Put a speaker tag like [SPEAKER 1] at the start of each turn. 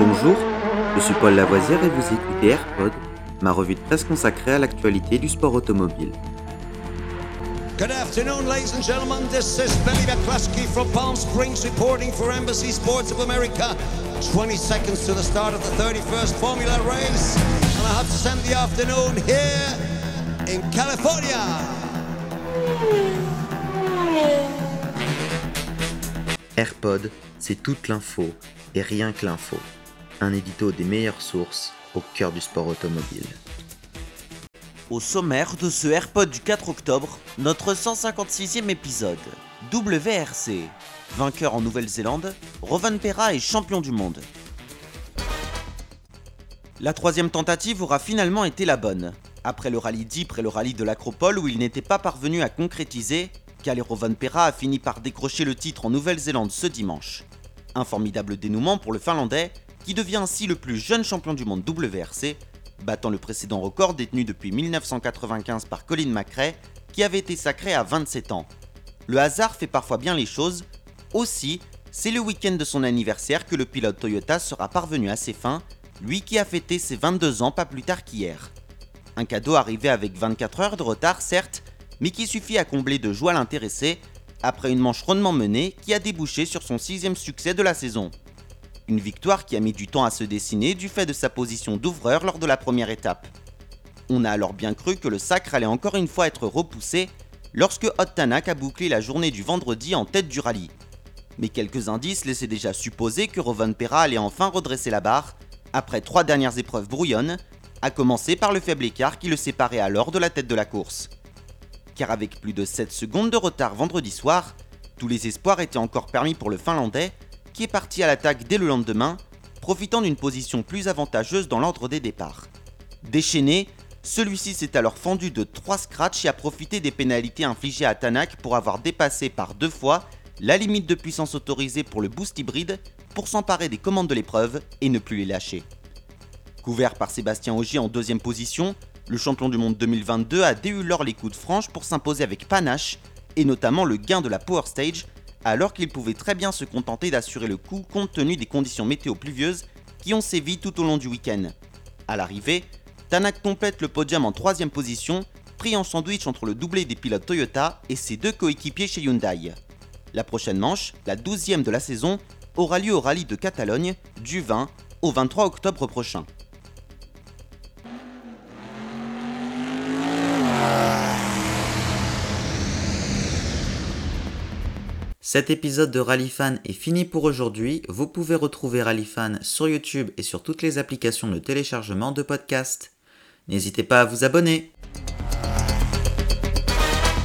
[SPEAKER 1] Bonjour, je suis Paul Lavoisière et vous écoutez AirPod, ma revue de presse consacrée à l'actualité du sport automobile.
[SPEAKER 2] Good afternoon, ladies and gentlemen. This is Billy McCluskey from Palm Springs reporting for Embassy Sports of America. 20 seconds to the start of the 31st Formula race. And I have to spend the afternoon here in California.
[SPEAKER 1] AirPod, c'est toute l'info et rien que l'info. Un édito des meilleures sources au cœur du sport automobile.
[SPEAKER 3] Au sommaire de ce AirPod du 4 octobre, notre 156e épisode. WRC. Vainqueur en Nouvelle-Zélande, Rovanperä est champion du monde. La troisième tentative aura finalement été la bonne. Après le rallye d'Ypres et le rallye de l'Acropole où il n'était pas parvenu à concrétiser, Kalle Rovanperä a fini par décrocher le titre en Nouvelle-Zélande ce dimanche. Un formidable dénouement pour le Finlandais, qui devient ainsi le plus jeune champion du monde WRC, battant le précédent record détenu depuis 1995 par Colin McRae, qui avait été sacré à 27 ans. Le hasard fait parfois bien les choses. Aussi, c'est le week-end de son anniversaire que le pilote Toyota sera parvenu à ses fins, lui qui a fêté ses 22 ans pas plus tard qu'hier. Un cadeau arrivé avec 24 heures de retard, certes, mais qui suffit à combler de joie l'intéressé, après une manche rondement menée qui a débouché sur son 6e succès de la saison. Une victoire qui a mis du temps à se dessiner du fait de sa position d'ouvreur lors de la première étape. On a alors bien cru que le sacre allait encore une fois être repoussé lorsque Ott Tänak a bouclé la journée du vendredi en tête du rallye. Mais quelques indices laissaient déjà supposer que Rovanperä allait enfin redresser la barre après 3 dernières épreuves brouillonnes, à commencer par le faible écart qui le séparait alors de la tête de la course. Car avec plus de 7 secondes de retard vendredi soir, tous les espoirs étaient encore permis pour le Finlandais, qui est parti à l'attaque dès le lendemain, profitant d'une position plus avantageuse dans l'ordre des départs. Déchaîné, celui-ci s'est alors fendu de 3 scratchs et a profité des pénalités infligées à Tänak pour avoir dépassé par 2 fois la limite de puissance autorisée pour le boost hybride pour s'emparer des commandes de l'épreuve et ne plus les lâcher. Couvert par Sébastien Ogier en 2e position, le champion du monde 2022 a eu lors les coups de franche pour s'imposer avec panache, et notamment le gain de la Power Stage, alors qu'il pouvait très bien se contenter d'assurer le coup compte tenu des conditions météo pluvieuses qui ont sévi tout au long du week-end. À l'arrivée, Tänak complète le podium en 3e position, pris en sandwich entre le doublé des pilotes Toyota et ses 2 coéquipiers chez Hyundai. La prochaine manche, la 12e de la saison, aura lieu au rallye de Catalogne du 20 au 23 octobre prochain.
[SPEAKER 1] Cet épisode de Rallyfan est fini pour aujourd'hui. Vous pouvez retrouver Rallyfan sur YouTube et sur toutes les applications de téléchargement de podcasts. N'hésitez pas à vous abonner.